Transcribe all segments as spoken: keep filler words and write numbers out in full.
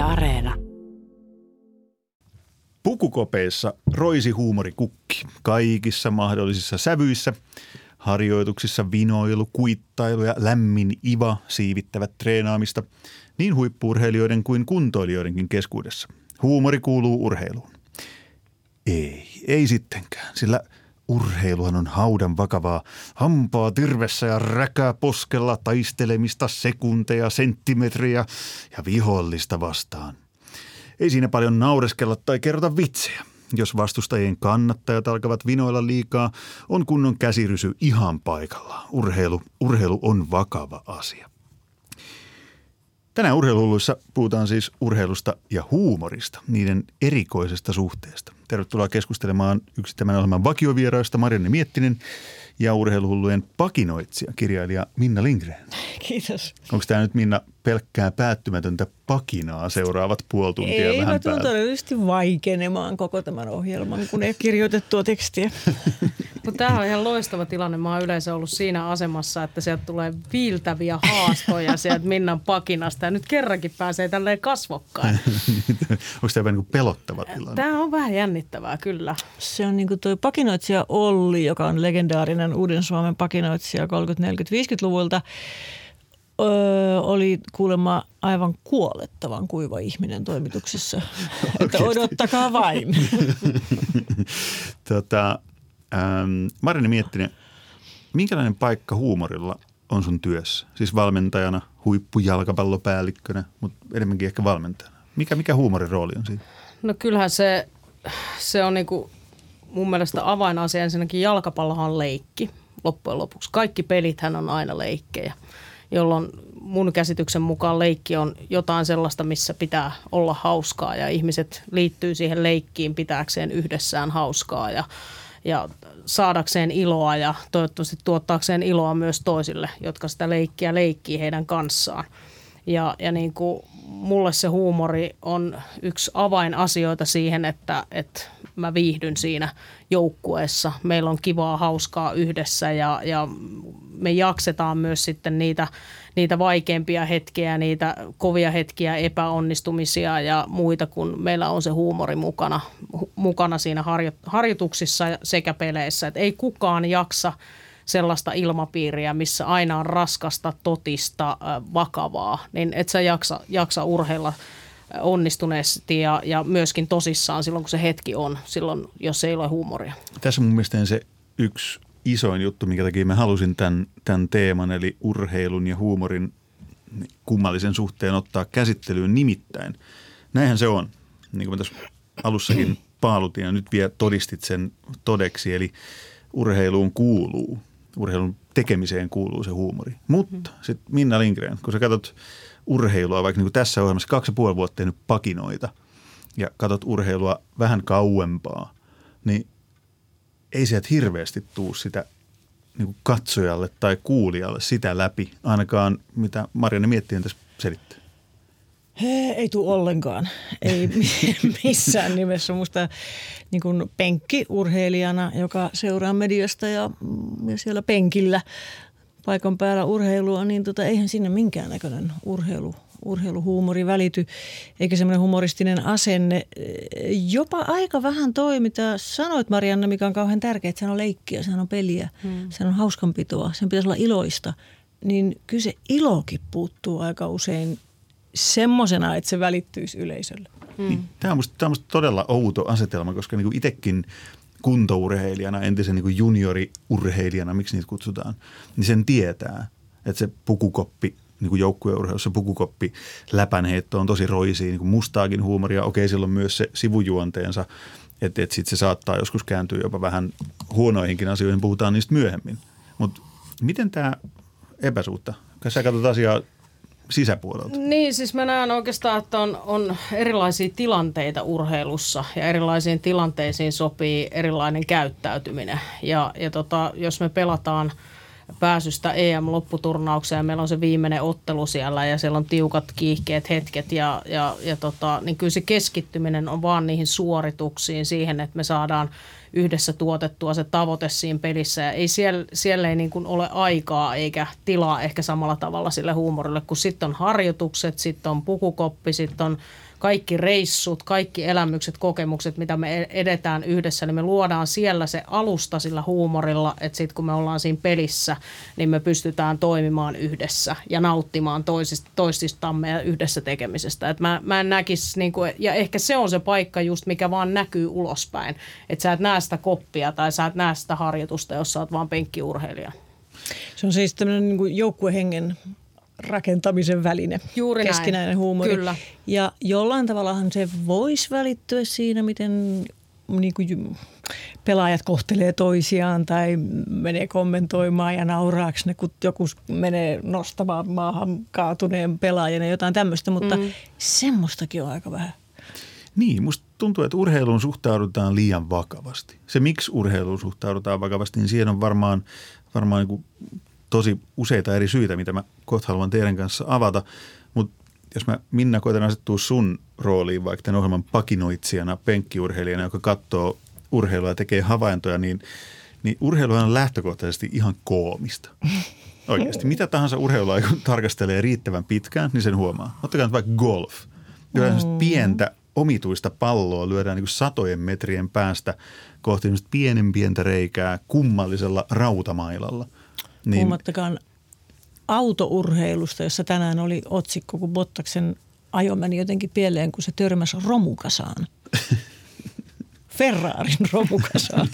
Areena. Pukukopeissa roisi huumorikukki kaikissa mahdollisissa sävyissä. Harjoituksissa vinoilu, kuittailu ja lämmin iva siivittävät treenaamista niin huippu-urheilijoiden kuin kuntoilijoidenkin keskuudessa. Huumori kuuluu urheiluun. Ei, ei sittenkään, sillä urheiluhan on haudan vakavaa. Hampaa tirvessä ja räkää poskella taistelemista sekunteja, senttimetriä ja vihollista vastaan. Ei siinä paljon naureskella tai kerrota vitsejä. Jos vastustajien kannattajat alkavat vinoilla liikaa, on kunnon käsirysy ihan paikallaan. Urheilu, urheilu on vakava asia. Tänään Urheiluhulluissa puhutaan siis urheilusta ja huumorista, niiden erikoisesta suhteesta. Tervetuloa keskustelemaan yksi tämän ohjelman vakiovieraista Marianne Miettinen ja Urheiluhullujen pakinoitsija, kirjailija Minna Lindgren. Kiitos. Onko tämä nyt, Minna, pelkkää päättymätöntä pakinaa seuraavat puoli tuntia Ei, vähän mä tulen todellisesti vaikenemaan koko tämän ohjelman, kun ei kirjoitettua tekstiä. Mutta tämä on ihan loistava tilanne. Mä oon yleensä ollut siinä asemassa, että sieltä tulee viiltäviä haastoja sieltä Minnan pakinasta ja nyt kerrankin pääsee tälleen kasvokkaan. Onko tämä vähän niin kuin pelottava tilanne? Tämä on vähän jännittävää, kyllä. Se on niin kuin toi pakinoitsija Olli, joka on legendaarinen Uuden Suomen pakinoitsija kolmekymmentä-, neljäkymmentä-, viisikymmentäluvulta. Öö, oli kuulemma aivan kuolettavan kuiva ihminen toimituksessa. Että odottakaa vain. tota, ähm, Marianne Miettinen, minkälainen paikka huumorilla on sun työssä? Siis valmentajana, huippujalkapallopäällikkönä, mutta enemmänkin ehkä valmentajana. Mikä, mikä huumorin rooli on siinä? No kyllähän se, se on niinku mun mielestä avainasia. Ensinnäkin jalkapallohan on leikki loppujen lopuksi. Kaikki pelithän on aina leikkejä, jolloin mun käsityksen mukaan leikki on jotain sellaista, missä pitää olla hauskaa ja ihmiset liittyy siihen leikkiin pitääkseen yhdessään hauskaa ja, ja saadakseen iloa ja toivottavasti tuottaakseen iloa myös toisille, jotka sitä leikkiä leikkii heidän kanssaan. Ja, ja niin kuin mulle se huumori on yksi avainasioita siihen, että, että mä viihdyn siinä joukkueessa. Meillä on kivaa, hauskaa yhdessä ja, ja me jaksetaan myös sitten niitä, niitä vaikeampia hetkiä, niitä kovia hetkiä, epäonnistumisia ja muita, kun meillä on se huumori mukana, mukana siinä harjoituksissa sekä peleissä. Et ei kukaan jaksa sellaista ilmapiiriä, missä aina on raskasta, totista, vakavaa, niin et sä jaksa, jaksa urheilla onnistuneesti ja, ja myöskin tosissaan silloin, kun se hetki on, silloin, jos ei ole huumoria. Tässä mun mielestä se yksi isoin juttu, minkä takia mä halusin tämän, tämän teeman, eli urheilun ja huumorin kummallisen suhteen ottaa käsittelyyn nimittäin. Näinhän se on, niin kuin mä tässä alussakin paalutin ja nyt vielä todistit sen todeksi, eli urheiluun kuuluu, urheilun tekemiseen kuuluu se huumori. Mutta sitten Minna Lindgren, kun sä katsot urheilua, vaikka niin kuin tässä ohjelmassa kaksi ja puoli vuotta tehnyt pakinoita ja katsot urheilua vähän kauempaa, niin ei sieltä hirveästi tuu sitä niin kuin katsojalle tai kuulijalle sitä läpi, ainakaan mitä Marianne Miettinen tässä selittää. Ei tule ollenkaan. Ei missään nimessä. Musta niin kuin penkkiurheilijana, joka seuraa mediasta ja, ja siellä penkillä paikan päällä urheilua, niin tota, eihän sinne minkäännäköinen urheilu, urheiluhuumori välity, eikä semmoinen humoristinen asenne. Jopa aika vähän toi, mitä sanoit, Marianne, mikä on kauhean tärkeää, että sehän on leikkiä, sehän on peliä, hmm. sehän on hauskanpitoa, sen pitäisi olla iloista. Niin kyllä se ilokin puuttuu aika usein semmosena, että se välittyisi yleisölle. Hmm. Tämä on musta, tämä on musta todella outo asetelma, koska niin kuin itsekin kuntourheilijana, entisen niin kuin junioriurheilijana, miksi niitä kutsutaan, niin sen tietää, että se pukukoppi, niin kuin joukkueurheilussa pukukoppi, läpänheitto on tosi roisia, niin kuin mustaakin huumoria. Okei, sillä on myös se sivujuonteensa, että, että sitten se saattaa joskus kääntyä jopa vähän huonoihinkin asioihin, puhutaan niistä myöhemmin. Mutta miten tämä epäsuhta? Kai sä katsot asiaa sisäpuolelta? Niin, siis mä näen oikeastaan, että on, on erilaisia tilanteita urheilussa ja erilaisiin tilanteisiin sopii erilainen käyttäytyminen. Ja, ja tota, jos me pelataan pääsystä E M-lopputurnaukseen ja meillä on se viimeinen ottelu siellä ja siellä on tiukat kiihkeät hetket ja, ja, ja tota, niin kyllä se keskittyminen on vaan niihin suorituksiin siihen, että me saadaan yhdessä tuotettua se tavoite siinä pelissä. Ja ei siellä, siellä ei niin kuin ole aikaa eikä tilaa ehkä samalla tavalla sille huumorille, kun sitten on harjoitukset, sitten on pukukoppi, sitten on kaikki reissut, kaikki elämykset, kokemukset, mitä me edetään yhdessä, niin me luodaan siellä se alusta sillä huumorilla, että sitten kun me ollaan siinä pelissä, niin me pystytään toimimaan yhdessä ja nauttimaan toisist, toisistamme ja yhdessä tekemisestä. Et mä, mä en näkisi, niin kuin, ja ehkä se on se paikka just, mikä vaan näkyy ulospäin, että sä et näe sitä koppia tai sä et näe sitä harjoitusta, jos sä oot vaan penkkiurheilija. Se on siis tämmöinen niin kuin joukkuehengen rakentamisen väline. Juuri keskinäinen näin. huumori. Kyllä. Ja jollain tavallahan se voisi välittyä siinä, miten niin kuin pelaajat kohtelee toisiaan tai menee kommentoimaan ja nauraako ne, kun joku menee nostamaan maahan kaatuneen pelaajan ja jotain tämmöistä, mutta mm. semmoistakin on aika vähän. Niin, musta tuntuu, että urheiluun suhtaudutaan liian vakavasti. Se, miksi urheiluun suhtaudutaan vakavasti, niin siihen on varmaan, varmaan niin kuin tosi useita eri syitä, mitä mä kohta haluan teidän kanssa avata. Mutta jos mä, Minna, koitan asettua sun rooliin vaikka tämän ohjelman pakinoitsijana, penkkiurheilijana, joka katsoo urheilua ja tekee havaintoja, niin, niin urheiluhan on lähtökohtaisesti ihan koomista. Oikeasti. Mitä tahansa urheilua, kun tarkastelee riittävän pitkään, niin sen huomaa. Ottakaa nyt vaikka golf. Lyödään mm. pientä omituista palloa, lyödään niin kuin satojen metrien päästä kohti pienen pientä reikää kummallisella rautamailalla. Niin. Puhumattakaan autourheilusta, jossa tänään oli otsikko, kun Bottaksen ajo meni jotenkin pieleen, kun se törmäsi romukasaan. Ferrarin romukasaan.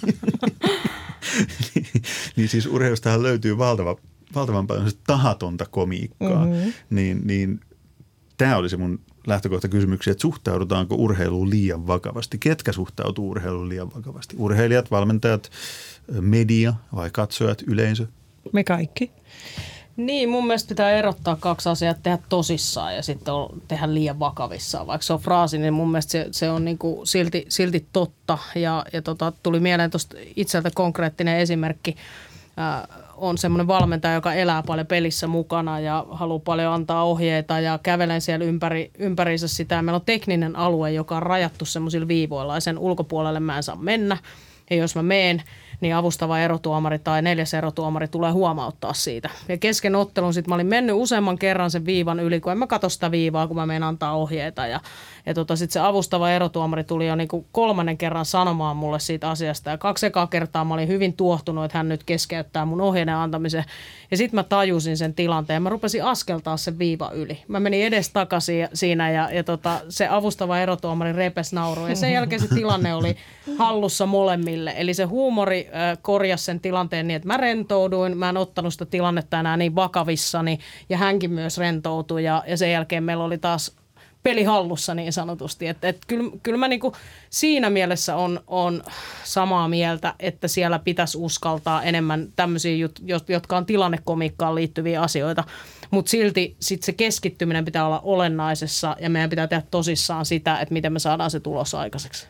niin, niin siis urheilustahan löytyy valtava, valtavan paljon tahatonta komiikkaa. Mm-hmm. Niin, niin tämä oli se mun lähtökohta kysymyksiä, että suhtaudutaanko urheiluun liian vakavasti? Ketkä suhtautuu urheiluun liian vakavasti? Urheilijat, valmentajat, media vai katsojat, yleisö? Me kaikki. Niin, mun mielestä pitää erottaa kaksi asiaa, tehdä tosissaan ja sitten tehdä liian vakavissaan. Vaikka se on fraasi, niin mun mielestä se, se on niinku silti, silti totta. Ja, ja tota, tuli mieleen tuosta itseltä konkreettinen esimerkki. Äh, on semmoinen valmentaja, joka elää paljon pelissä mukana ja haluaa paljon antaa ohjeita ja kävelen siellä ympäri, ympäriinsä sitä. Ja meillä on tekninen alue, joka on rajattu semmoisilla viivoilla ja sen ulkopuolelle mä en saa mennä. Ja jos mä meen, niin avustava erotuomari tai neljäs erotuomari tulee huomauttaa siitä. Ja kesken ottelun sitten mä olin mennyt useamman kerran sen viivan yli, kun en mä katso sitä viivaa, kun mä menen antaa ohjeita. Ja, ja tota, sitten se avustava erotuomari tuli jo niinku kolmannen kerran sanomaan mulle siitä asiasta. Ja kaksi ekaa kertaa mä olin hyvin tuohtunut, että hän nyt keskeyttää mun ohjeiden antamisen. Ja sitten mä tajusin sen tilanteen. Mä rupesin askeltaa sen viiva yli. Mä menin edes takaisin siinä ja, ja tota, se avustava erotuomari repes naurua. Ja sen jälkeen se tilanne oli hallussa molemmille. Eli se huumori äh, korjasi sen tilanteen niin, että mä rentouduin. Mä en ottanut sitä tilannetta enää niin vakavissani ja hänkin myös rentoutui. Ja, ja sen jälkeen meillä oli taas peli hallussa niin sanotusti. Että et kyllä, kyllä mä niinku siinä mielessä on, on samaa mieltä, että siellä pitäisi uskaltaa enemmän tämmöisiä, jut, jotka on tilannekomiikkaan liittyviä asioita. Mutta silti sit se keskittyminen pitää olla olennaisessa ja meidän pitää tehdä tosissaan sitä, että miten me saadaan se tulos aikaiseksi.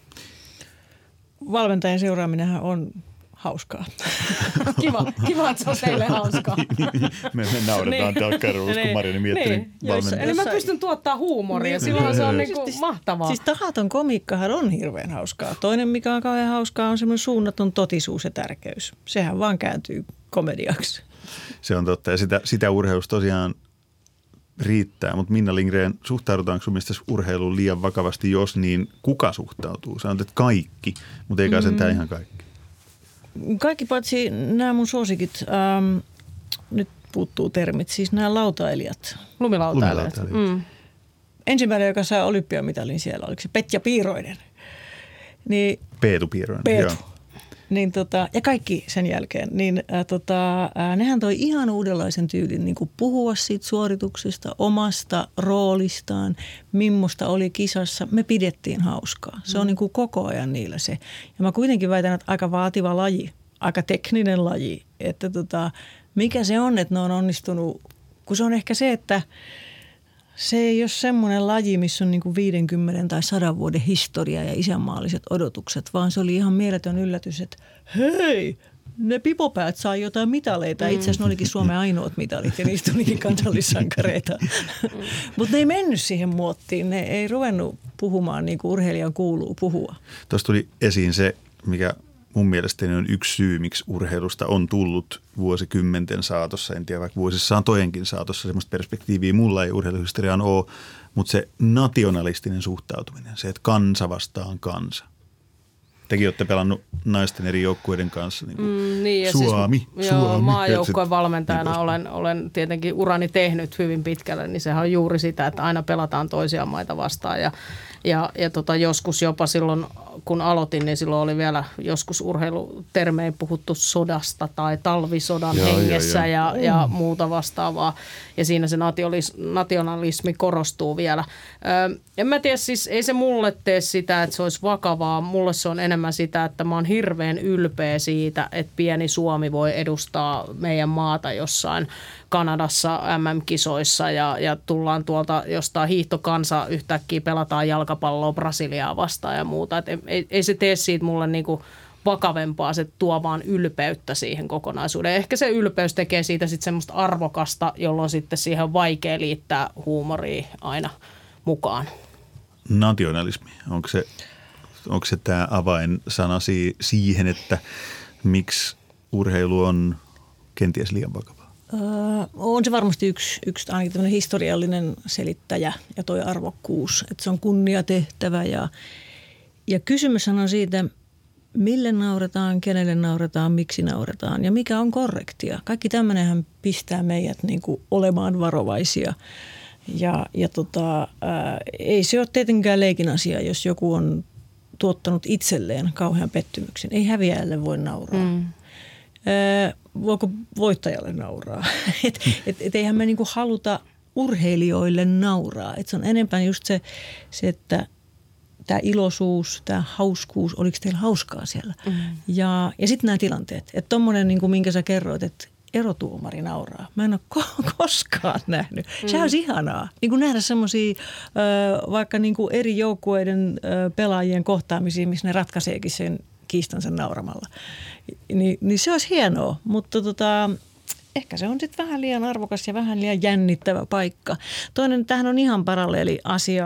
Valmentajan seuraaminenhan on hauskaa. Kiva, kiva, että se on teille hauskaa. me, me nauretaan täällä kerrossa, kun Mariani miettii niin. valmentajaa. Eli mä pystyn tuottaa huumoria, niin, silloin se on niinku mahtavaa. Siis tahaton komiikkahan on hirveän hauskaa. Toinen, mikä on kauhean hauskaa, on semmoinen suunnaton totisuus ja tärkeys. Sehän vaan kääntyy komediaksi. Se on totta ja sitä, sitä urheilusta tosiaan riittää, mutta Minna Lindgren, suhtaudutaanko sun mielestä urheiluun liian vakavasti, jos niin kuka suhtautuu? Sanot, että kaikki, mutta eikä mm. sentään ihan kaikki. Kaikki paitsi nämä mun suosikit, ähm, nyt puuttuu termit, siis nämä lautailijat. Lumilautailijat. Mm. Ensimmäinen, joka sai olympiamitalin siellä, oliko se Petja Piiroinen? Niin, Peetu Piiroinen, Peetu. joo. Niin tota, ja kaikki sen jälkeen, niin ää, tota, ää, nehän toi ihan uudenlaisen tyylin niin kuin puhua siitä suorituksesta, omasta roolistaan, millaista oli kisassa. Me pidettiin hauskaa. Se on niin kuin koko ajan niillä se. Ja mä kuitenkin väitän, että aika vaativa laji, aika tekninen laji. Että tota, mikä se on, että ne on onnistunut, kun se on ehkä se, että se ei ole semmoinen laji, missä on niin kuin viidenkymmenen tai sadan vuoden historia ja isänmaalliset odotukset, vaan se oli ihan mieletön yllätys, että hei, ne pipopäät saa jotain mitaleita. Itse asiassa ne olikin Suomen ainoat mitalit ja niistä olikin kansallissankareita. Mutta ne ei mennyt siihen muottiin. Ne ei ruvennut puhumaan niin kuin urheilijan kuuluu puhua. Tuossa tuli esiin se mikä mun mielestäni on yksi syy, miksi urheilusta on tullut vuosikymmenten saatossa, en tiedä vaikka vuosissaan tojenkin saatossa, semmoista perspektiiviä mulla ei urheiluhistoriaan ole, mutta se nationalistinen suhtautuminen, se, että kansa vastaan kansa. Tekin olette pelannut naisten eri joukkueiden kanssa, niin kuin mm, niin, Suomi, siis, Suomi. Joo, maajoukkueen valmentajana olen, olen tietenkin urani tehnyt hyvin pitkälle, niin sehän on juuri sitä, että aina pelataan toisia maita vastaan ja Ja, ja tota, joskus jopa silloin, kun aloitin, niin silloin oli vielä joskus urheilutermein puhuttu sodasta tai talvisodan joo, hengessä joo, joo. Ja, ja muuta vastaavaa. Ja siinä se nationalismi korostuu vielä. Ö, en mä tiedä, siis ei se mulle tee sitä, että se olisi vakavaa. Mulle se on enemmän sitä, että mä oon hirveän ylpeä siitä, että pieni Suomi voi edustaa meidän maata jossain Kanadassa M M-kisoissa ja, ja tullaan tuolta jostain hiihtokansa yhtäkkiä pelataan jalkapalloa Brasiliaa vastaan ja muuta. Et ei, ei se tee siitä mulle niinku vakavempaa, se tuo vaan ylpeyttä siihen kokonaisuuteen. Ehkä se ylpeys tekee siitä sitten semmoista arvokasta, jolloin sitten siihen on vaikea liittää huumoria aina mukaan. Nationalismi, onko se, onko se tämä avainsana siihen, että miksi urheilu on kenties liian vakava? Öö, on se varmasti yksi, yksi ainakin tämmöinen historiallinen selittäjä ja toi arvokkuus, että se on kunniatehtävä ja, ja kysymys on siitä, mille nauretaan, kenelle nauretaan, miksi nauretaan ja mikä on korrektia. Kaikki tämmöinenhän pistää meidät niin kuin olemaan varovaisia ja, ja tota, ää, ei se ole tietenkään leikin asia, jos joku on tuottanut itselleen kauhean pettymyksen. Ei häviäjälle voi nauraa. Mm. Öö, voiko voittajalle nauraa? et, et, et eihän me niinku haluta urheilijoille nauraa. Et se on enemmän just se, se että tämä iloisuus, tämä hauskuus, oliko teillä hauskaa siellä? Mm. Ja, ja sitten nämä tilanteet. Että tuommoinen, niin mihinkä sä kerroit, että erotuomari nauraa. Mä en ole ko- koskaan nähnyt. Mm. Sehän olisi ihanaa. Niin kuin nähdä semmoisia vaikka niin kuin eri joukkueiden ö, pelaajien kohtaamisia, missä ne ratkaiseekin sen kiistansa nauramalla. Ni, niin se olisi hienoa, mutta tota, ehkä se on sitten vähän liian arvokas ja vähän liian jännittävä paikka. Toinen, tähän on ihan paralleeli asia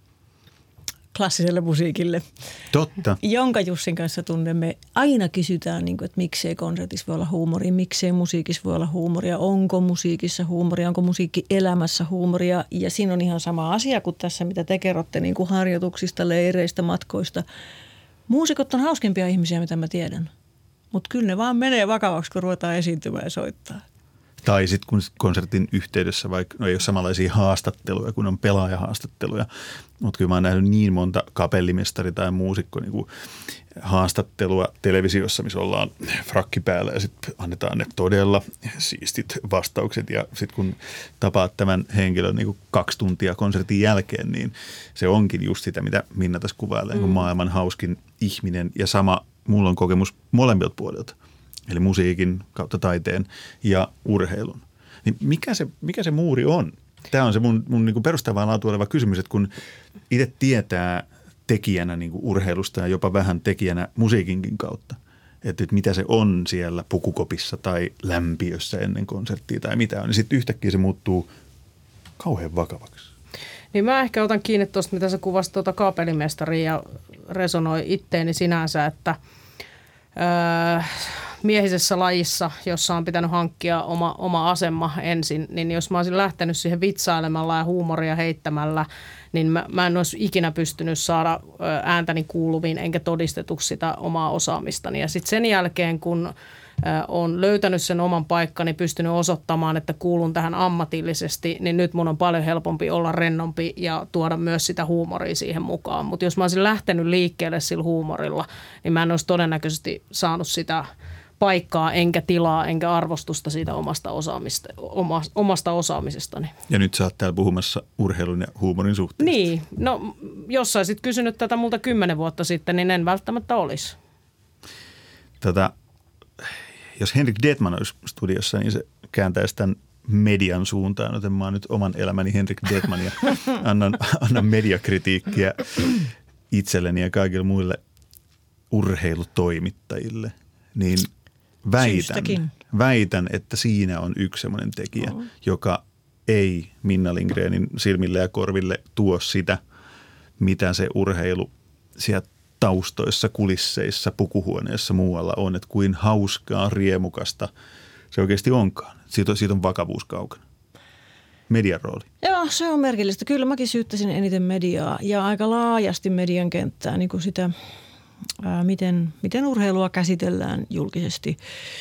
klassiselle musiikille. Totta. Jonka Jussin kanssa tunnemme. Aina kysytään, niin kuin, että miksei konsertissa voi olla huumoria, miksei musiikissa voi olla huumoria, onko musiikissa huumoria, onko musiikki elämässä huumoria. Ja siinä on ihan sama asia kuin tässä, mitä te kerrotte niin kuin harjoituksista, leireistä, matkoista. Muusikot on hauskimpia ihmisiä, mitä mä tiedän. Mutta kyllä ne vaan menee vakavaksi, kun ruvetaan esiintymään ja soittaa. Tai sitten kun konsertin yhteydessä, vaikka no ei ole samanlaisia haastatteluja, kun on pelaajahaastatteluja. Mutta kyllä mä oon nähnyt niin monta kapellimestari tai muusikko niin kuin haastattelua televisiossa, missä ollaan frakki päällä ja sitten annetaan ne todella siistit vastaukset. Ja sitten kun tapaat tämän henkilön niin kuin kaksi tuntia konsertin jälkeen, niin se onkin just sitä, mitä Minna tässä kuvailee, mm. maailman hauskin ihminen. Ja sama, mulla on kokemus molemmilta puolilta, eli musiikin kautta taiteen ja urheilun. Niin mikä se, mikä se muuri on? Tämä on se mun, mun niin kuin perustavaa laatua oleva kysymys, että kun itse tietää tekijänä niin kuin urheilusta ja jopa vähän tekijänä musiikinkin kautta, että, että mitä se on siellä pukukopissa tai lämpiössä ennen konserttia tai mitä on, niin sitten yhtäkkiä se muuttuu kauhean vakavaksi. Niin mä ehkä otan kiinni tuosta, mitä sä kuvasit tuota kaapellimestaria ja resonoi itteeni sinänsä, että öö, miehisessä lajissa, jossa on pitänyt hankkia oma, oma asema ensin, niin jos mä olisin lähtenyt siihen vitsailemalla ja huumoria heittämällä, niin mä, mä en olisi ikinä pystynyt saada ääntäni kuuluviin enkä todistetuksi sitä omaa osaamistani. Ja sitten sen jälkeen, kun olen löytänyt sen oman paikkani, pystynyt osoittamaan, että kuulun tähän ammatillisesti, niin nyt mun on paljon helpompi olla rennompi ja tuoda myös sitä huumoria siihen mukaan. Mutta jos mä olisin lähtenyt liikkeelle sillä huumorilla, niin mä en olisi todennäköisesti saanut sitä paikkaa, enkä tilaa, enkä arvostusta siitä omasta, osaamista, oma, omasta osaamisestani. Ja nyt sä oot täällä puhumassa urheilun ja huumorin suhteesta. Niin, no jos sä olisit kysynyt tätä multa kymmenen vuotta sitten, niin en välttämättä olisi. Tota, jos Henrik Detman olisi studiossa, niin se kääntäisi tämän median suuntaan, joten mä oon nyt oman elämäni Henrik Detman ja annan, annan mediakritiikkiä itselleni ja kaikille muille urheilutoimittajille, niin väitän, väitän, että siinä on yksi semmoinen tekijä, oh. joka ei Minna Lindgrenin silmille ja korville tuo sitä, mitä se urheilu sieltä taustoissa, kulisseissa, pukuhuoneessa muualla on, että kuin hauskaa, riemukasta se oikeasti onkaan. Siitä on, siitä on vakavuus kaukana. Median rooli. Joo, se on merkillistä. Kyllä mäkin syyttäisin eniten mediaa ja aika laajasti median kenttää, niin kuin sitä, ää, miten, miten urheilua käsitellään julkisesti.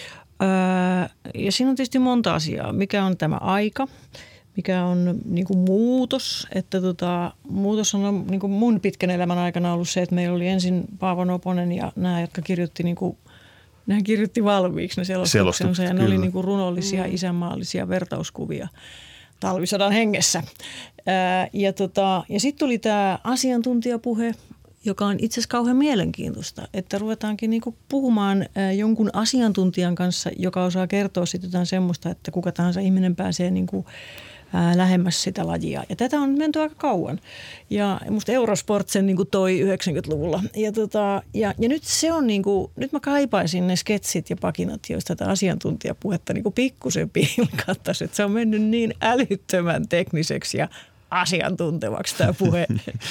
Ää, ja siinä on tietysti monta asiaa. Mikä on tämä aika? Mikä on niin kuin muutos? Että tota, muutos on niin kuin mun pitkän elämän aikana ollut se, että meillä oli ensin Paavo Noponen ja nämä, jotka kirjoitti niin kuin Nehän kirjoitti valmiiksi ne selostuksensa ja ne oli niin kuin runollisia, mm. isänmaallisia vertauskuvia talvisodan hengessä. Ää, ja tota, ja sitten tuli tämä asiantuntijapuhe, joka on itse asiassa kauhean mielenkiintoista, että ruvetaankin niin kuin puhumaan ää, jonkun asiantuntijan kanssa, joka osaa kertoa sitten jotain semmoista, että kuka tahansa ihminen pääsee niin kuin ää, lähemmäs sitä lajia. Ja tätä on menty aika kauan. Ja musta Eurosport sen niin kuin toi yhdeksänkymmentäluvulla. Ja, tota, ja, ja nyt se on niin kuin, nyt mä kaipaisin ne sketsit ja pakinat, joista tätä asiantuntijapuhetta niin kuin pikkusen pilkattaisi. Että se on mennyt niin älyttömän tekniseksi ja asiantuntevaksi tämä puhe.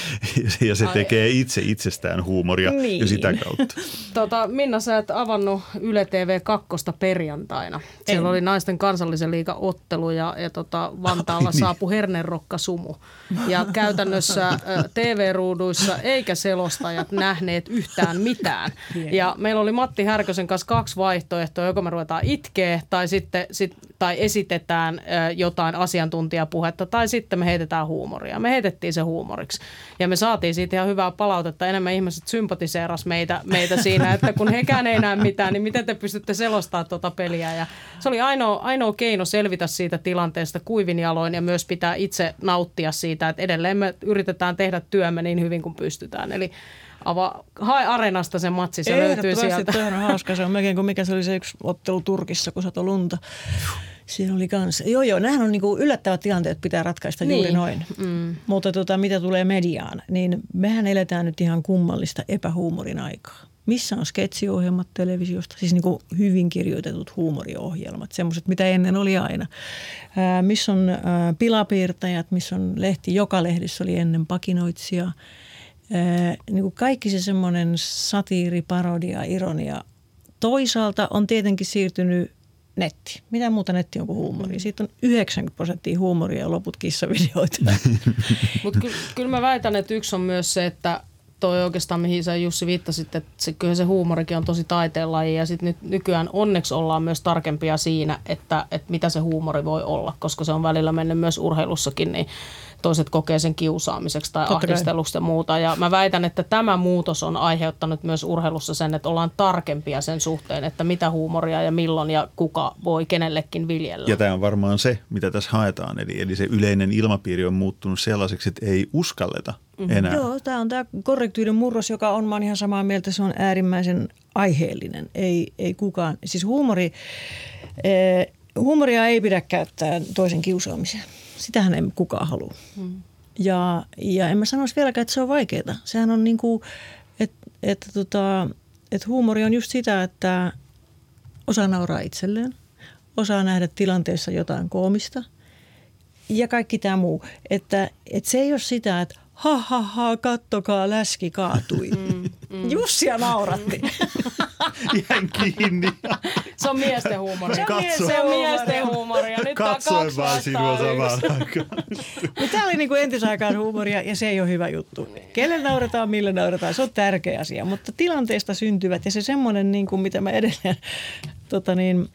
Ja se tekee itse itsestään huumoria niin. Jo sitä kautta. Tota, Minna, sä et avannut Yle T V kaksi perjantaina. Siellä en. oli naisten kansallisen liigan ottelu ja, ja tota, Vantaalla Ai niin. saapui Hernerokka Sumu. Ja käytännössä T V-ruuduissa eikä selostajat nähneet yhtään mitään. Ja meillä oli Matti Härkösen kanssa kaksi vaihtoehtoa, joko me ruvetaan itkeä tai, sitten, sit, tai esitetään jotain asiantuntijapuhetta tai sitten me heitetään huumoria. Me heitettiin se huumoriksi ja me saatiin siitä ihan hyvää palautetta. Enemmän ihmiset sympatiseeras meitä, meitä siinä, että kun hekään ei näe mitään, niin miten te pystytte selostamaan tuota peliä. Ja se oli ainoa, ainoa keino selvitä siitä tilanteesta kuivin jaloin ja myös pitää itse nauttia siitä, että edelleen me yritetään tehdä työmme niin hyvin kuin pystytään. Eli ava, hae Areenasta se matsi, se löytyy sieltä. Toi on hauska, se on melkein kuin mikä se oli se yksi ottelu Turkissa, kun satoi lunta. Siinä oli kanssa. Joo, joo, nämähän on niinku yllättävät tilanteet, pitää ratkaista niin. juuri noin. Mm. Mutta tota, mitä tulee mediaan, niin mehän eletään nyt ihan kummallista epähuumorin aikaa. Missä on sketsiohjelmat televisiosta, siis niinku hyvin kirjoitetut huumoriohjelmat, semmoiset, mitä ennen oli aina. Ää, missä on ää, pilapiirtäjät, missä on lehti, joka lehdissä oli ennen pakinoitsija. Ää, niinku kaikki se semmoinen satiiri, parodia, ironia. Toisaalta on tietenkin siirtynyt netti. Mitä muuta netti on kuin huumoria? Siitä on yhdeksänkymmentä prosenttia huumoria ja loput kissavideoita. Mutta ky- kyllä mä väitän, että yksi on myös se, että toi oikeastaan, mihin sä Jussi viittasit, että se, kyllä se huumorikin on tosi taiteenlaji ja sitten nyt nykyään onneksi ollaan myös tarkempia siinä, että, että mitä se huumori voi olla, koska se on välillä mennyt myös urheilussakin, niin toiset kokee sen kiusaamiseksi tai Totta ahdisteluksi ja muuta. Ja mä väitän, että tämä muutos on aiheuttanut myös urheilussa sen, että ollaan tarkempia sen suhteen, että mitä huumoria ja milloin ja kuka voi kenellekin viljellä. Ja tämä on varmaan se, mitä tässä haetaan. Eli, eli se yleinen ilmapiiri on muuttunut sellaiseksi, että ei uskalleta mm-hmm. enää. Joo, tämä on tämä korrektiuden murros, joka on, mä oon ihan samaa mieltä, se on äärimmäisen aiheellinen. Ei, ei kukaan, siis huumori, eh, huumoria ei pidä käyttää toisen kiusaamiseen. Sitähän ei kukaan halua. Hmm. Ja, ja en mä sanoisi vieläkään, että se on vaikeaa. Sehän on niin kuin, että, että, tota, että huumori on just sitä, että osaa nauraa itselleen, osaa nähdä tilanteessa jotain koomista ja kaikki tämä muu. Että, että se ei ole sitä, että ha ha ha, kattokaa, läski kaatui. Mm, mm. Jussia nauratti. Jäin kiinni. Se on miesten huumoria. Se on, Katso. se on miesten huumoria. Nyt katsoin vaan sinua samaan aikaan. Tämä oli niin kuin entisaikaan huumoria ja se ei ole hyvä juttu. Kelle naurataan, mille naurataan, se on tärkeä asia. Mutta tilanteesta syntyvät ja se semmoinen, niin kuin mitä mä edelleen tota niin,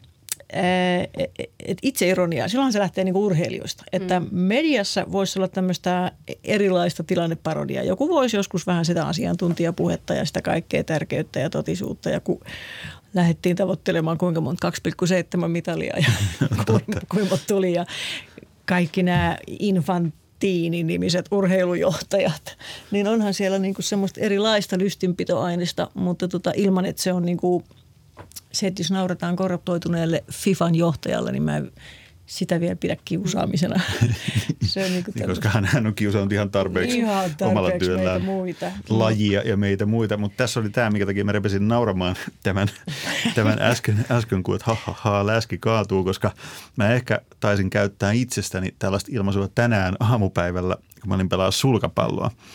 et itseironiaa, silloin se lähtee niinku urheilijoista. Että mm. mediassa voisi olla tämmöistä erilaista tilanneparodiaa. Joku voisi joskus vähän sitä asiantuntijapuhetta ja sitä kaikkea tärkeyttä ja totisuutta. Ja kun lähdettiin tavoittelemaan kuinka monta kaksi pilkku seitsemän mitalia ja kuinka, kuinka tuli ja kaikki nämä infantiini-nimiset urheilujohtajat, niin onhan siellä niinku semmoista erilaista lystinpitoainesta, mutta tota, ilman, että se on niinku se, että jos naurataan korruptoituneelle FIFAn johtajalle, niin mä sitä vielä pidä kiusaamisena. Se on niin kuin koska hän on kiusannut ihan tarpeeksi, ihan tarpeeksi omalla työllään muita. lajia ja meitä muita. Mutta tässä oli tämä, minkä takia mä repesin nauramaan tämän, tämän äsken, äsken, kun että ha, ha, ha, läski kaatuu, koska mä ehkä taisin käyttää itsestäni tällaista ilmaisua tänään aamupäivällä, kun mä olin pelaa sulkapalloa.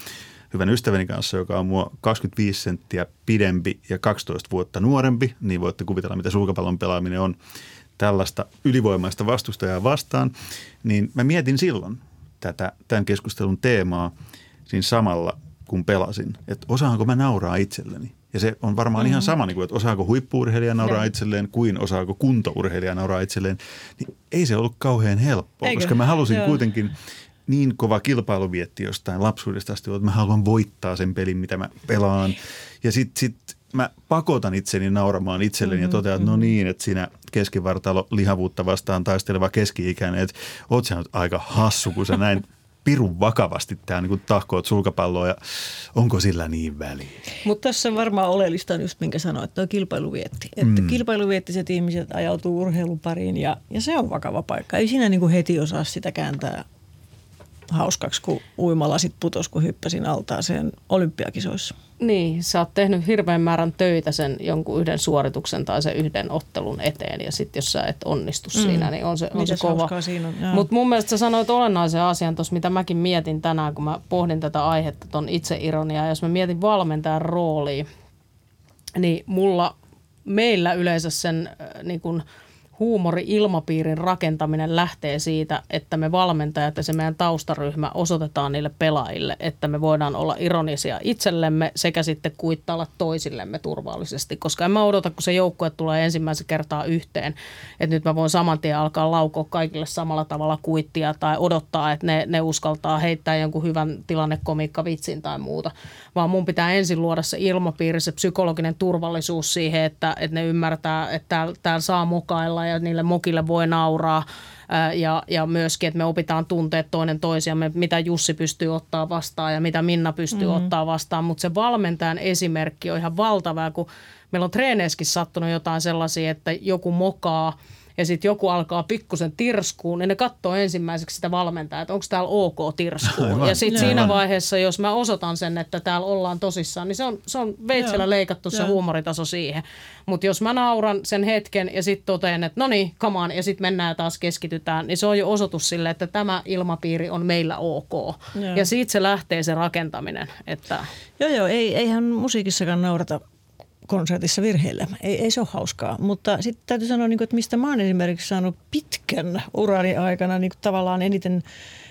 hyvän ystäväni kanssa, joka on mua kaksikymmentäviisi senttiä pidempi ja kaksitoista vuotta nuorempi, niin voitte kuvitella, mitä sulkapallon pelaaminen on tällaista ylivoimaista vastustajaa vastaan, niin mä mietin silloin tätä, tämän keskustelun teemaa siinä samalla, kun pelasin, että osaanko mä nauraa itselleni. Ja se on varmaan mm-hmm. ihan sama, niin kuin, että osaako huippu-urheilija nauraa itselleen kuin osaako kuntourheilija nauraa itselleen. Niin ei se ollut kauhean helppoa, Eikö? koska mä halusin Joo. kuitenkin niin kova kilpailu vietti jostain lapsuudesta asti, että mä haluan voittaa sen pelin, mitä mä pelaan. Ja sitten sit mä pakotan itseni nauramaan itselleni mm-hmm. ja totean, että no niin, että siinä keskivartalo lihavuutta vastaan taisteleva keski-ikäinen, että oot sä nyt aika hassu, kun sä näin pirun vakavasti tämä niin tahkoot sulkapalloa ja onko sillä niin väliä? Mutta tässä varmaan oleellista on just minkä sanoit, että on kilpailuvietti. Että mm. kilpailuviettiset ihmiset ajautuu urheilupariin ja, ja se on vakava paikka. Ei siinä niin kuin heti osaa sitä kääntää hauskaksi, kun uimalasit putos, kun hyppäsin altaaseen olympiakisoissa. Niin, sä oot tehnyt hirveän määrän töitä sen jonkun yhden suorituksen tai sen yhden ottelun eteen ja sitten jos sä et onnistu mm. siinä, niin on se, on se kova. Mutta mun mielestä sä sanoit olennaisen asian tuossa, mitä mäkin mietin tänään, kun mä pohdin tätä aihetta, ton itseironiaa. Jos mä mietin valmentajan roolia, niin mulla, meillä yleensä sen äh, niin kun huumori-ilmapiirin rakentaminen lähtee siitä, että me valmentajat ja se meidän taustaryhmä osoitetaan niille pelaajille, että me voidaan olla ironisia itsellemme sekä sitten kuittailla toisillemme turvallisesti, koska en mä odota, kun se joukkue tulee ensimmäisen kertaa yhteen, että nyt mä voin saman tien alkaa laukoa kaikille samalla tavalla kuittia tai odottaa, että ne, ne uskaltaa heittää jonkun hyvän tilannekomiikkavitsin tai muuta, vaan mun pitää ensin luoda se ilmapiiri, se psykologinen turvallisuus siihen, että, että ne ymmärtää, että täällä, täällä saa mokailla ja niille mokille voi nauraa ja, ja myöskin, että me opitaan tunteet toinen toisiamme, mitä Jussi pystyy ottaa vastaan ja mitä Minna pystyy mm-hmm. ottaa vastaan, mutta se valmentajan esimerkki on ihan valtava, kun meillä on treeneissäkin sattunut jotain sellaisia, että joku mokaa ja sitten joku alkaa pikkusen tirskuun, niin ne katsoo ensimmäiseksi sitä valmentajaa, että onko täällä ok tirskuun. Ja sitten siinä vaiheessa, jos mä osoitan sen, että täällä ollaan tosissaan, niin se on, se on veitsellä Joo. leikattu se Joo. huumoritaso siihen. Mutta jos mä nauran sen hetken ja sitten totean, että no niin, come on, ja sitten mennään taas keskitytään, niin se on jo osoitus sille, että tämä ilmapiiri on meillä ok. Joo. Ja siitä se lähtee se rakentaminen. Että Joo, joo, ei, eihän musiikissakaan naurata konsertissa virheillä. Ei, ei se ole hauskaa, mutta sitten täytyy sanoa, että mistä mä oon esimerkiksi saanut pitkän urani aikana niin tavallaan eniten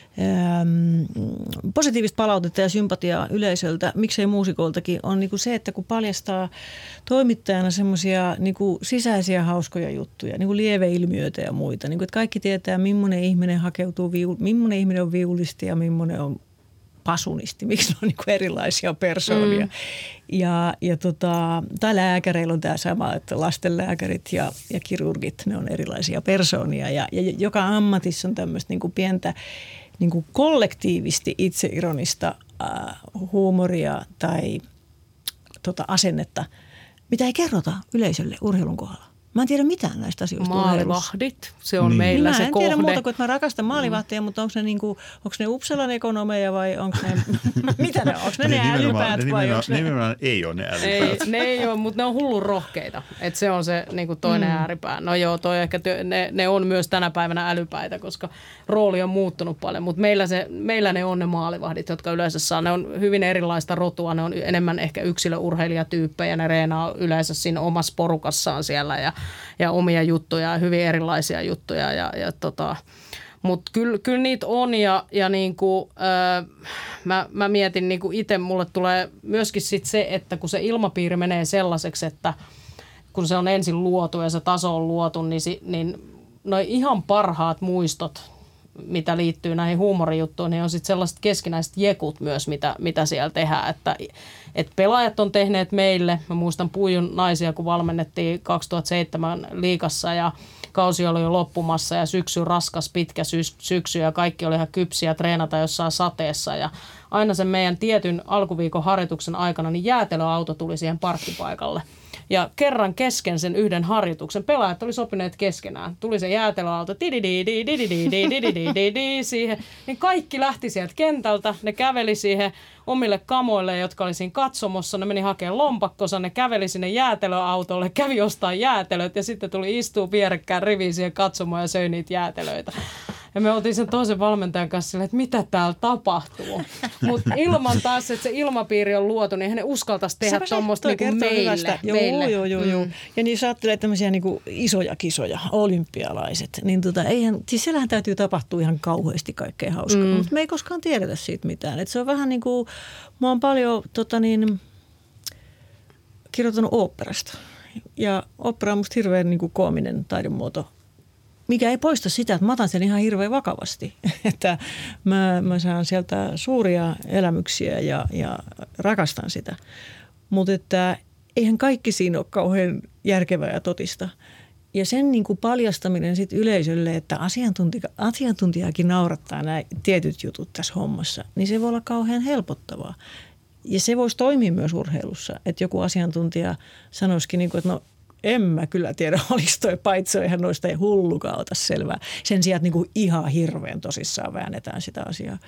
ähm, positiivista palautetta ja sympatiaa yleisöltä, miksei muusikoltakin, on niin se, että kun paljastaa toimittajana semmoisia niin sisäisiä hauskoja juttuja, niin kuin lieveilmiöitä ja muita, niin kuin, että kaikki tietää, millainen ihminen hakeutuu, millainen ihminen on viulisti ja millainen on pasunisti, miksi ne on niin erilaisia persoonia. Mm. Ja, ja tota, tai lääkäreillä on tämä sama, että lastenlääkärit ja, ja kirurgit, ne on erilaisia persoonia. Ja, ja joka ammatissa on tämmöistä niin pientä niin kollektiivisesti itseironista äh, huumoria tai tota, asennetta, mitä ei kerrota yleisölle urheilun kohdalla. Mä en tiedä mitään näistä asioista. Maalivahdit, se on niin. meillä mä se kohde. Mä en tiedä muuta kuin, että mä rakastan maalivahtia, mm. mutta onko ne, niinku, onko ne Uppsalan ekonomeja vai onko ne, mitä ne on? Onko ne ne, ne älypäät ne vai onko ne? Nimenomaan ei ole ne älypäät. Ei, ne ei ole, mutta ne on hullun rohkeita. Että se on se niinku toinen mm. ääripää. No joo, toi ehkä työ, ne, ne on myös tänä päivänä älypäitä, koska rooli on muuttunut paljon. Mutta meillä, se, meillä ne on ne maalivahdit, jotka yleensä saa. Ne on hyvin erilaista rotua. Ne on enemmän ehkä yksilöurheilijatyyppejä. Ne reenaa yleensä siinä omassa porukassaan siellä ja, ja omia juttuja ja hyvin erilaisia juttuja. Ja, ja tota, mutta kyllä, kyllä niitä on ja, ja niinku, öö, mä, mä mietin niinku itse, mulle tulee myöskin sit se, että kun se ilmapiiri menee sellaiseksi, että kun se on ensin luotu ja se taso on luotu, niin, si, niin noi ihan parhaat muistot, mitä liittyy näihin huumorijuttuihin, niin on sitten sellaiset keskinäiset jekut myös, mitä, mitä siellä tehdään. Että, et pelaajat on tehneet meille, mä muistan Puijun naisia, kun valmennettiin kaksituhattaseitsemän liigassa ja kausi oli jo loppumassa ja syksy raskas, pitkä sy- syksy ja kaikki oli ihan kypsiä treenata jossain sateessa. Ja aina sen meidän tietyn alkuviikon harjoituksen aikana niin jäätelöauto tuli siihen parkkipaikalle. Ja kerran kesken sen yhden harjoituksen pelaajat oli sopineet keskenään. Tuli se jäätelöauto siihen, niin kaikki lähti sieltä kentältä. Ne käveli siihen omille kamoille, jotka oli siinä katsomossa. Ne meni hakemaan lompakkonsa, ne käveli sinne jäätelöautolle, kävi ostaa jäätelöt ja sitten tuli istua vierekkään riviin siihen katsomoon ja söi niitä jäätelöitä. Ja me oltiin sen toisen valmentajan kanssa silleen, että mitä täällä tapahtuu. Mutta ilman taas, että se ilmapiiri on luotu, niin eihän ne uskaltaisi tehdä tuommoista niinku meille. Joo, meille. joo, joo, joo. Mm. Ja niin sä ajattelee tämmöisiä niinku isoja kisoja, olympialaiset. Niin tota, eihän, siis siellähän täytyy tapahtua ihan kauheasti kaikkea hauskaa. Mm. Mutta me ei koskaan tiedetä siitä mitään. Et se on vähän niin kuin, mä oon paljon tota niin, kirjoittanut oopperasta. Ja opera on musta hirveän niin kuin koominen taidemuoto, mikä ei poista sitä, että mä otan sen ihan hirveän vakavasti. Että mä, mä saan sieltä suuria elämyksiä ja, ja rakastan sitä. Mutta että eihän kaikki siinä ole kauhean järkevää ja totista. Ja sen niin kuin paljastaminen sit yleisölle, että asiantuntija, asiantuntijakin naurattaa nämä tietyt jutut tässä hommassa, niin se voi olla kauhean helpottavaa. Ja se voisi toimia myös urheilussa, että joku asiantuntija sanoisikin, niin kuin, että no en mä kyllä tiedä, oliko toi paitsi ihan noista ei hullukaan ota selvää. Sen sijaan, että niin kuin ihan hirveän tosissaan väännetään sitä asiaa.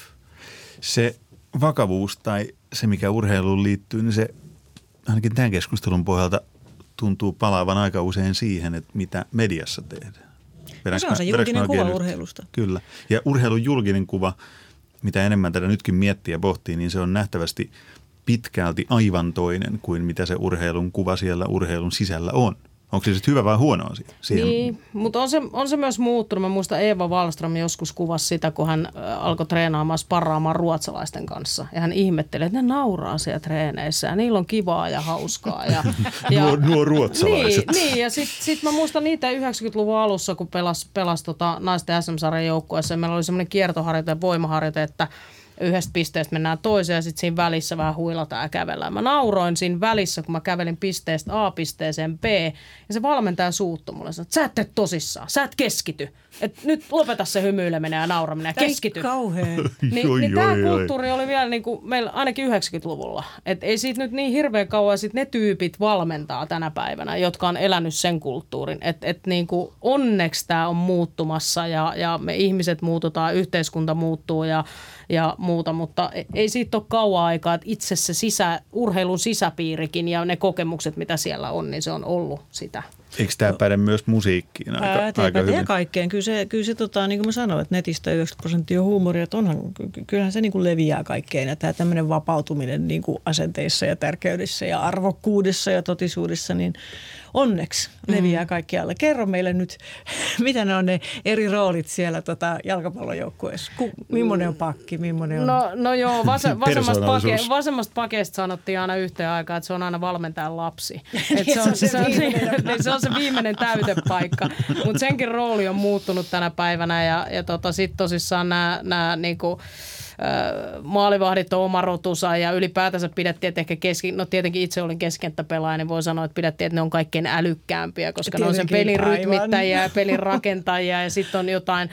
Se vakavuus tai se, mikä urheiluun liittyy, niin se ainakin tämän keskustelun pohjalta tuntuu palaavan aika usein siihen, että mitä mediassa tehdään. No se on se julkinen kuva nyt? Urheilusta. Kyllä. Ja urheilun julkinen kuva, mitä enemmän tätä nytkin miettii ja pohtii, niin se on nähtävästi pitkälti aivan toinen kuin mitä se urheilun kuva siellä urheilun sisällä on. Onko se sitten hyvä vai huono asia? Siihen... Niin, mutta on se, on se myös muuttunut. Mä muistan Eeva Wallström joskus kuvasi sitä, kun hän alkoi treenaamaan, sparraamaan ruotsalaisten kanssa. Ja hän ihmetteli, että ne nauraa siellä treeneissä ja niillä on kivaa ja hauskaa. Ja, ja, nuo, nuo ruotsalaiset. Niin, niin ja sitten sit mä muistan niitä yhdeksänkymmentäluvun alussa, kun pelas, pelas tota naisten S M-sarjan joukkueessa. Meillä oli semmoinen kiertoharjoite ja voimaharjoite, että yhdestä pisteestä mennään toiseen ja sitten siinä välissä vähän huilataan ja kävellään. Mä nauroin siinä välissä, kun mä kävelin pisteestä A pisteeseen B ja se valmentaja suuttui mulle. Sanoi, että sä et tee tosissaan, sä et keskity. Et nyt lopeta se hymyileminen ja nauraminen ja keskity. Ei kauhean. Niin, joi, niin joi, tämä joi. kulttuuri oli vielä niin kuin meillä ainakin yhdeksänkymmentäluvulla. Et ei siitä nyt niin hirveän kauan sit ne tyypit valmentaa tänä päivänä, jotka on elänyt sen kulttuurin. Että et niin kuin onneksi tämä on muuttumassa ja, ja me ihmiset muututaan, yhteiskunta muuttuu ja, ja muuta, mutta ei siitä ole kauan aikaa, että itse se sisä, urheilun sisäpiirikin ja ne kokemukset, mitä siellä on, niin se on ollut sitä. Eikö tämä päde myös musiikkiin aika, Pätee, aika pätee hyvin? kaikkeen. Kyllä se, kyllä se tota, niin kuin mä sanoin, että netistä yhdeksänkymmentä prosenttia on huumoria, että onhan, kyllähän se niin kuin leviää kaikkeen. Ja tämä tämmöinen vapautuminen niin kuin asenteissa ja tärkeydessä ja arvokkuudessa ja totisuudessa, niin onneksi leviää kaikkialle. Kerro meille nyt, mitä ne on ne eri roolit siellä tota, jalkapallojoukkueessa. Ku, millainen on pakki, millainen on... No, no joo, vas, vasemmasta, pake, vasemmasta pakeesta sanottiin aina yhteen aikaan, että se on aina valmentajan lapsi. Et se, on, se, se, on, se on se viimeinen täytepaikka, mutta senkin rooli on muuttunut tänä päivänä ja, ja tota, sitten tosissaan nämä niinku, maalivahdit on oma rotusa ja ylipäätänsä pidettiin, että ehkä keski, no tietenkin itse olin keskikenttäpelaaja, niin voi sanoa, että pidettiin, että ne on kaikkein älykkäämpiä, koska tietenkin, ne on sen pelin rytmittäjiä ja pelin rakentajia ja sitten on jotain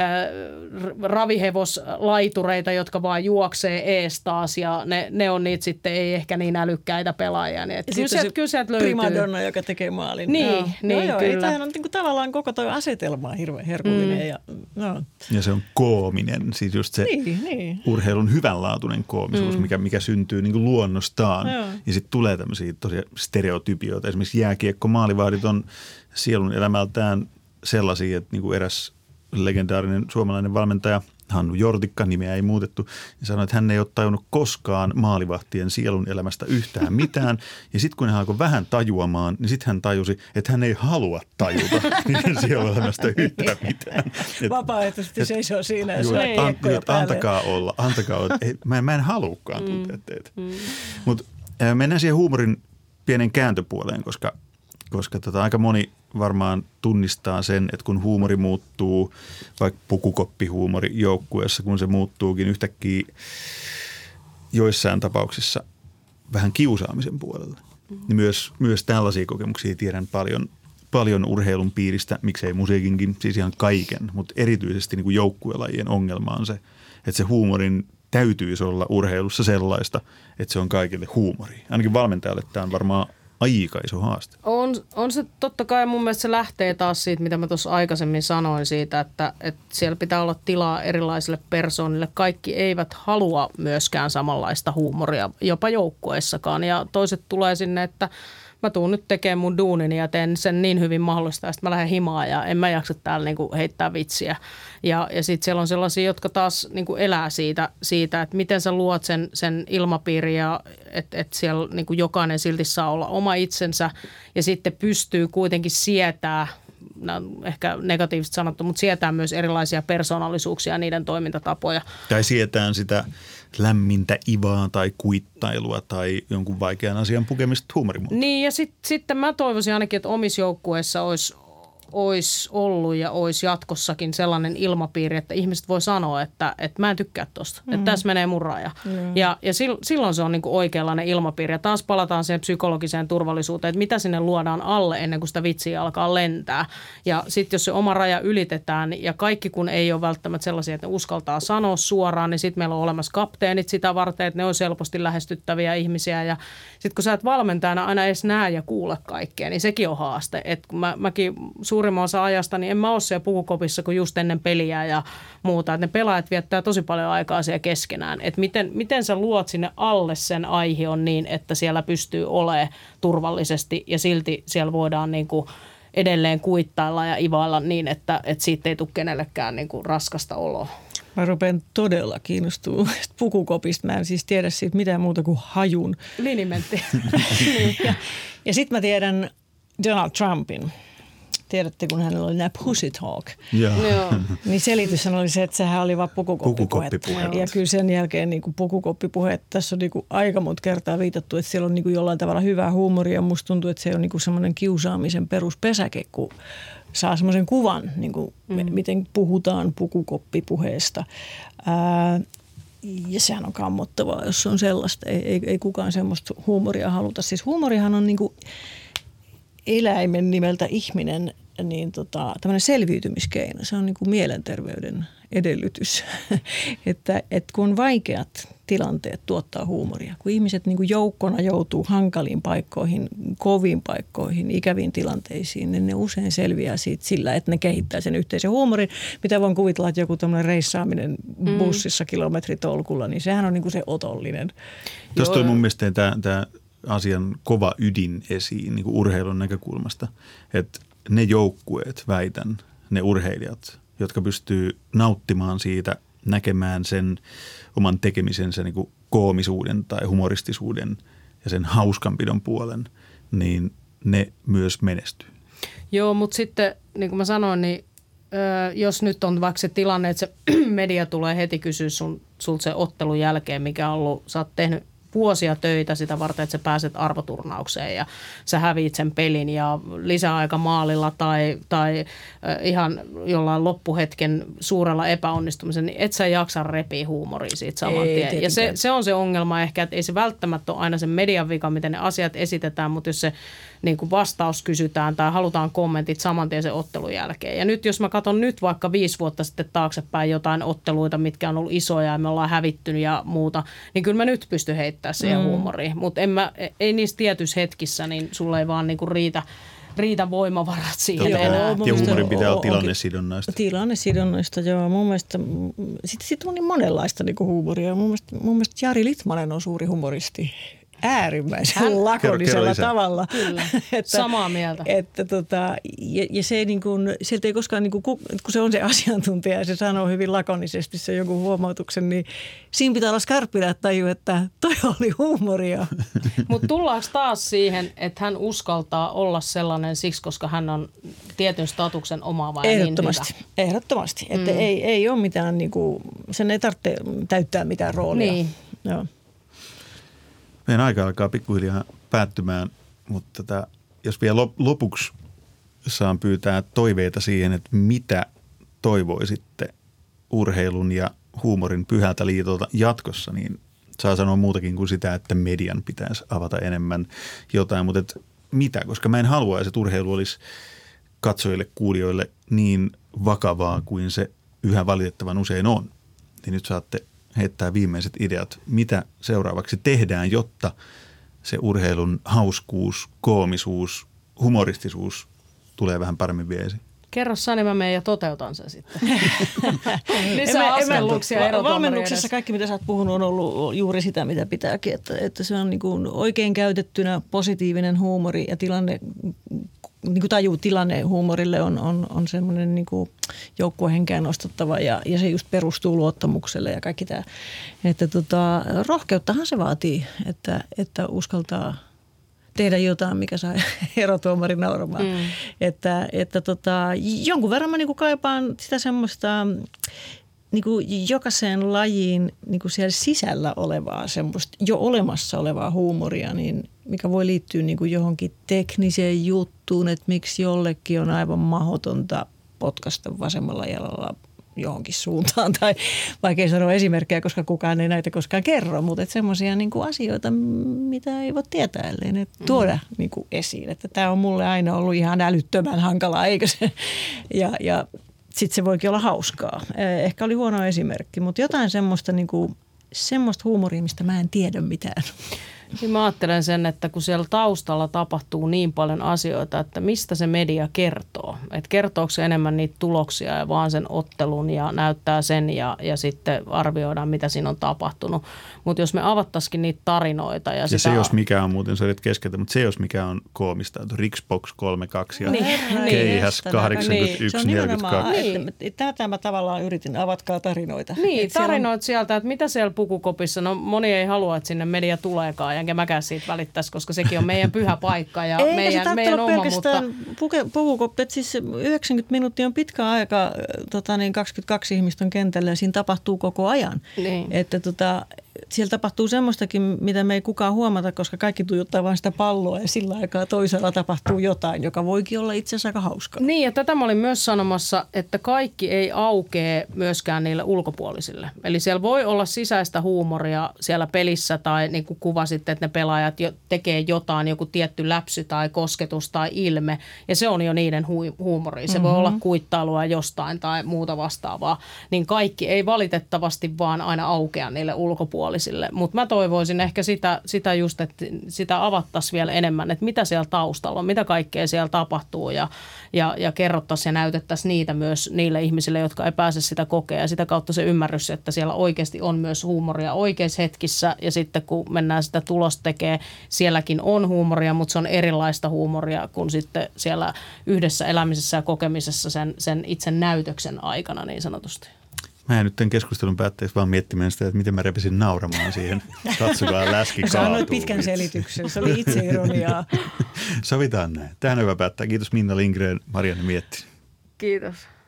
äh, ravihevoslaitureita, jotka vaan juoksee ees taas ja ne, ne on niitä sitten ei ehkä niin älykkäitä pelaajia. Niin, kyllä, sieltä, kyllä sieltä löytyy. Primadonna, joka tekee maalin. Niin, joo. niin joo, kyllä. Ei, tämähän on niin kuin, tavallaan koko tuo asetelma hirveän herkullinen. Mm. Ja, no. ja se on koominen, siis just se... Niin, niin. urheilun hyvänlaatuinen koomisuus, mm. mikä, mikä syntyy niin kuin luonnostaan. Joo. Ja sitten tulee tämmöisiä tosiaan stereotypioita. Esimerkiksi jääkiekko maalivahdit on sielun elämältään sellaisia, että niin kuin eräs legendaarinen suomalainen valmentaja Hannu Jortikka, nimeä ei muutettu, ja sanoi, että hän ei ole tajunnut koskaan maalivahtien sielun elämästä yhtään mitään. Ja sitten kun hän alkoi vähän tajuamaan, niin sitten hän tajusi, että hän ei halua tajuta niiden sielun elämästä yhtään mitään. Et, vapaaehtoisesti et, seisoo siinä ja syö kiekkoja an, antakaa olla, antakaa olla. Ei, mä, en, mä en halukaan tuntea teitä. Mm. Mutta äh, mennään siihen huumorin pienen kääntöpuoleen, koska, koska tota, aika moni varmaan tunnistaa sen, että kun huumori muuttuu, vaikka pukukoppihuumori joukkueessa, kun se muuttuukin yhtäkkiä joissain tapauksissa vähän kiusaamisen puolelle. Mm-hmm. Niin myös, myös tällaisia kokemuksia tiedän paljon, paljon urheilun piiristä, miksei musiikinkin, siis ihan kaiken, mutta erityisesti niin kuin joukkuelajien ongelma on se, että se huumorin täytyisi olla urheilussa sellaista, että se on kaikille huumoria. Ainakin valmentajalle tämä on varmaan aika iso haaste. On, on se totta kai, mun mielestä se lähtee taas siitä, mitä mä tuossa aikaisemmin sanoin siitä, että, että siellä pitää olla tilaa erilaisille persoonille. Kaikki eivät halua myöskään samanlaista huumoria, jopa joukkueessakaan. Ja toiset tulee sinne, että mä tuun nyt tekemään mun duunini ja teen sen niin hyvin mahdollista, ja sitten mä lähden himaan ja en mä jaksa täällä niinku heittää vitsiä. Ja, ja sitten siellä on sellaisia, jotka taas niinku elää siitä, siitä, että miten sä luot sen, sen ilmapiirin ja että et siellä niinku jokainen silti saa olla oma itsensä ja sitten pystyy kuitenkin sietää, ehkä negatiivisesti sanottu, mutta sietää myös erilaisia persoonallisuuksia ja niiden toimintatapoja. Tai sietään sitä lämmintä ivaa tai kuittailua tai jonkun vaikean asian pukemista huumorimuotoon. Niin ja sit, sitten mä toivoisin ainakin, että omissa joukkueissa olisi olisi ollut ja olisi jatkossakin sellainen ilmapiiri, että ihmiset voi sanoa, että, että mä en tykkää tosta, mm. että tässä menee mun raja. Mm. Ja, ja silloin se on niin kuin oikeanlainen ilmapiiri. Ja taas palataan siihen psykologiseen turvallisuuteen, että mitä sinne luodaan alle ennen kuin sitä vitsiä alkaa lentää. Ja sitten jos se oma raja ylitetään ja kaikki kun ei ole välttämättä sellaisia, että ne uskaltaa sanoa suoraan, niin sitten meillä on olemassa kapteenit sitä varten, että ne on helposti lähestyttäviä ihmisiä. Ja sitten kun sä et valmentajana aina edes näe ja kuule kaikkea, niin sekin on haaste. Että kun mä, mäkin suurimman osa ajasta, niin en mä ole siellä pukukopissa kuin just ennen peliä ja muuta. Että ne pelaajat viettää tosi paljon aikaa siellä keskenään. Että miten, miten sä luot sinne alle sen aihion niin, että siellä pystyy olemaan turvallisesti ja silti siellä voidaan niin kuin edelleen kuittailla ja ivailla niin, että, että siitä ei tule kenellekään niin kuin raskasta oloa. Mä rupean todella kiinnostua pukukopista. Mä en siis tiedä siitä mitään muuta kuin hajun. Linimentti. ja ja sitten mä tiedän Donald Trumpin. Tiedätte, kun hänellä oli nämä pussy talk. Joo. Niin selityshän oli se, että sehän oli vaan pukukoppipuhetta. Pukukoppipuhetta. Ja kyllä sen jälkeen niin kuin pukukoppipuhetta. Tässä on niin kuin aika monta kertaa viitattu, että siellä on niin kuin jollain tavalla hyvää huumoria. Musta tuntuu, että se on niin kuin semmoinen kiusaamisen peruspesäke, kun saa semmoisen kuvan, niin kuin mm. miten puhutaan pukukoppipuheesta. Ää, ja sehän on kammottavaa, jos se on sellaista. Ei, ei, ei kukaan semmoista huumoria haluta. Siis huumorihan on niin kuin eläimen nimeltä ihminen, niin tota, tämmöinen selviytymiskeino. Se on niin kuin mielenterveyden edellytys, että, että kun on vaikeat tilanteet tuottaa huumoria, kun ihmiset niin kuin joukkona joutuu hankaliin paikkoihin, koviin paikkoihin, ikäviin tilanteisiin, niin ne usein selviää siitä sillä, että ne kehittää sen yhteisen huumorin. Mitä voin kuvitella, että joku tämmöinen reissaaminen bussissa kilometritolkulla, niin sehän on niin kuin se otollinen. Tuosta on mun mielestä tämä, tämä asian kova ydin esiin niin kuin urheilun näkökulmasta, että ne joukkueet, väitän, ne urheilijat, jotka pystyy nauttimaan siitä, näkemään sen oman tekemisensä niin kuin koomisuuden tai humoristisuuden ja sen hauskanpidon puolen, niin ne myös menestyy. Joo, mutta sitten niin kuin mä sanoin, niin ö, jos nyt on vaikka se tilanne, että se media tulee heti kysyä sun, sulta se ottelun jälkeen, mikä on ollut, sä oot tehnyt vuosia töitä sitä varten, että sä pääset arvoturnaukseen ja sä häviit sen pelin ja lisäaika maalilla tai, tai ihan jollain loppuhetken suurella epäonnistumisen, niin et sä jaksa repiä huumoria siitä saman ei, tien. Ja se, se on se ongelma ehkä, että ei se välttämättä ole aina sen median vika, miten ne asiat esitetään, mutta jos se niin kuin vastaus kysytään tai halutaan kommentit saman tien sen ottelun jälkeen. Ja nyt jos mä katson nyt vaikka viisi vuotta sitten taaksepäin jotain otteluita, mitkä on ollut isoja ja me ollaan hävittynyt ja muuta, niin kyllä mä nyt pystyn heittämään siihen mm. huumoriin. Mutta ei niissä tietyissä hetkissä, niin sulla ei vaan niin kuin riitä, riitä voimavarat siihen joo, enää. Ja huumorin pitää olla tilannesidonnaista. Tilannesidonnaista, joo. Mun mielestä, sitten sit on niin monenlaista niin kuin huumoria. Mun mielestä, mun mielestä Jari Litmanen on suuri humoristi. Äärimmäisen hän, lakonisella tavalla. Kyllä, että, samaa mieltä. Että, tota, ja, ja se niin kuin, sieltä ei koskaan, niin kuin, kun se on se asiantuntija ja se sanoo hyvin lakonisesti sen jonkun huomautuksen, niin siinä pitää olla skarppina, että tajuu, että toi oli huumoria. Mutta tullaanko taas siihen, että hän uskaltaa olla sellainen siksi, koska hän on tietyn statuksen omaava ja ehdottomasti, niin ehdottomasti. Mm. Että ei, ei ole mitään, niin kuin, sen ei tarvitse täyttää mitään roolia. Niin. Joo. Meidän aika alkaa pikkuhiljaa päättymään, mutta tätä, jos vielä lopuksi saan pyytää toiveita siihen, että mitä toivoisitte urheilun ja huumorin Pyhältä liitolta jatkossa, niin saa sanoa muutakin kuin sitä, että median pitäisi avata enemmän jotain, mutta et mitä, koska mä en haluaisi, että urheilu olisi katsojille, kuulijoille niin vakavaa kuin se yhä valitettavan usein on. Niin nyt saatte heittää viimeiset ideat, mitä seuraavaksi tehdään, jotta se urheilun hauskuus, koomisuus, humoristisuus tulee vähän paremmin viesi. Kerro sä, niin mä menen ja toteutan sen sitten. Lisää askelluksia erotuomaria. Valmennuksessa kaikki, mitä sä oot puhunut, on ollut juuri sitä, mitä pitääkin. Että, että se on niin kuin oikein käytettynä positiivinen huumori ja tilanne, niin kuin tajuu tilanne huumorille on, on, on semmoinen niin kuin joukkuehenkeä nostattava ja, ja se just perustuu luottamukselle ja kaikki tämä. Että tota, rohkeuttahan se vaatii, että, että uskaltaa tehdä jotain, mikä saa erotuomari nauramaan. Mm. Että, että tota, jonkun verran mä niinku kaipaan sitä semmoista niinku jokaiseen lajiin niinku siellä sisällä olevaa semmoista jo olemassa olevaa huumoria, niin mikä voi liittyä niinku johonkin tekniseen juttuun, että miksi jollekin on aivan mahdotonta potkasta vasemmalla jalalla johonkin suuntaan tai vaikea sanoa esimerkkejä, koska kukaan ei näitä koskaan kerro, mutta semmoisia niinku asioita, mitä ei voi tietää, ellei ne tuoda mm. niinku esiin. Että tämä on mulle aina ollut ihan älyttömän hankalaa, eikö se? Ja, ja sitten se voikin olla hauskaa. Ehkä oli huono esimerkki, mutta jotain semmoista, niinku, semmoista huumoria, mistä mä en tiedä mitään. Niin mä ajattelen sen, että kun siellä taustalla tapahtuu niin paljon asioita, että mistä se media kertoo. Että kertooko se enemmän niitä tuloksia ja vaan sen ottelun ja näyttää sen ja, ja sitten arvioidaan, mitä siinä on tapahtunut. Mutta jos me avattaisikin niitä tarinoita. Ja, ja sitä... se jos mikä on muuten, sä olet keskeltä, mutta se jos mikä on koomista. Rixbox kolmekymmentäkaksi ja niin, Keihäs kahdeksankymmentäyksi neljäkymmentäkaksi. Niin. Tätä mä tavallaan yritin, avatkaa tarinoita. Niin, tarinoit on... sieltä, että mitä siellä pukukopissa, no moni ei halua, että sinne media tuleekaan, enkä mäkään siitä välittäisi, koska sekin on meidän pyhä paikka ja ei, meidän, se meidän oma, mutta... Puke, pukukoppi, että siis yhdeksänkymmentä minuuttia on pitkä aika, tota niin kaksikymmentäkaksi ihmistä on kentällä ja siinä tapahtuu koko ajan. Niin. Että tota, siellä tapahtuu semmoistakin, mitä me ei kukaan huomata, koska kaikki tuijottaa vain sitä palloa ja sillä aikaa toisella tapahtuu jotain, joka voikin olla itse asiassa aika hauskaa. Niin ja tätä mä olin myös sanomassa, että kaikki ei aukee myöskään niille ulkopuolisille. Eli siellä voi olla sisäistä huumoria siellä pelissä tai niin kuin kuvasit, että ne pelaajat jo tekee jotain, joku tietty läpsy tai kosketus tai ilme ja se on jo niiden hu- huumoria. Se mm-hmm. voi olla kuittailua jostain tai muuta vastaavaa. Niin kaikki ei valitettavasti vaan aina aukea niille ulkopuolisille. Mutta mä toivoisin ehkä sitä, sitä just, että sitä avattaisiin vielä enemmän, että mitä siellä taustalla on, mitä kaikkea siellä tapahtuu ja, ja, ja kerrottaisiin ja näytettäisiin niitä myös niille ihmisille, jotka ei pääse sitä kokea. Ja sitä kautta se ymmärrys, että siellä oikeasti on myös huumoria oikeissa hetkissä ja sitten kun mennään sitä tulosta tekemään, sielläkin on huumoria, mutta se on erilaista huumoria kuin sitten siellä yhdessä elämisessä ja kokemisessa sen, sen itse näytöksen aikana niin sanotusti. Mä en nyt tämän keskustelun päätteeksi vaan miettimään sitä, että miten mä repisin nauramaan siihen. Katsokaa läski kaatuu. Sä annoit pitkän selityksen, se oli itseironiaa. Sovitaan näin. Tähän on hyvä päättää. Kiitos Minna Lindgren, Marianne Miettinen. Kiitos.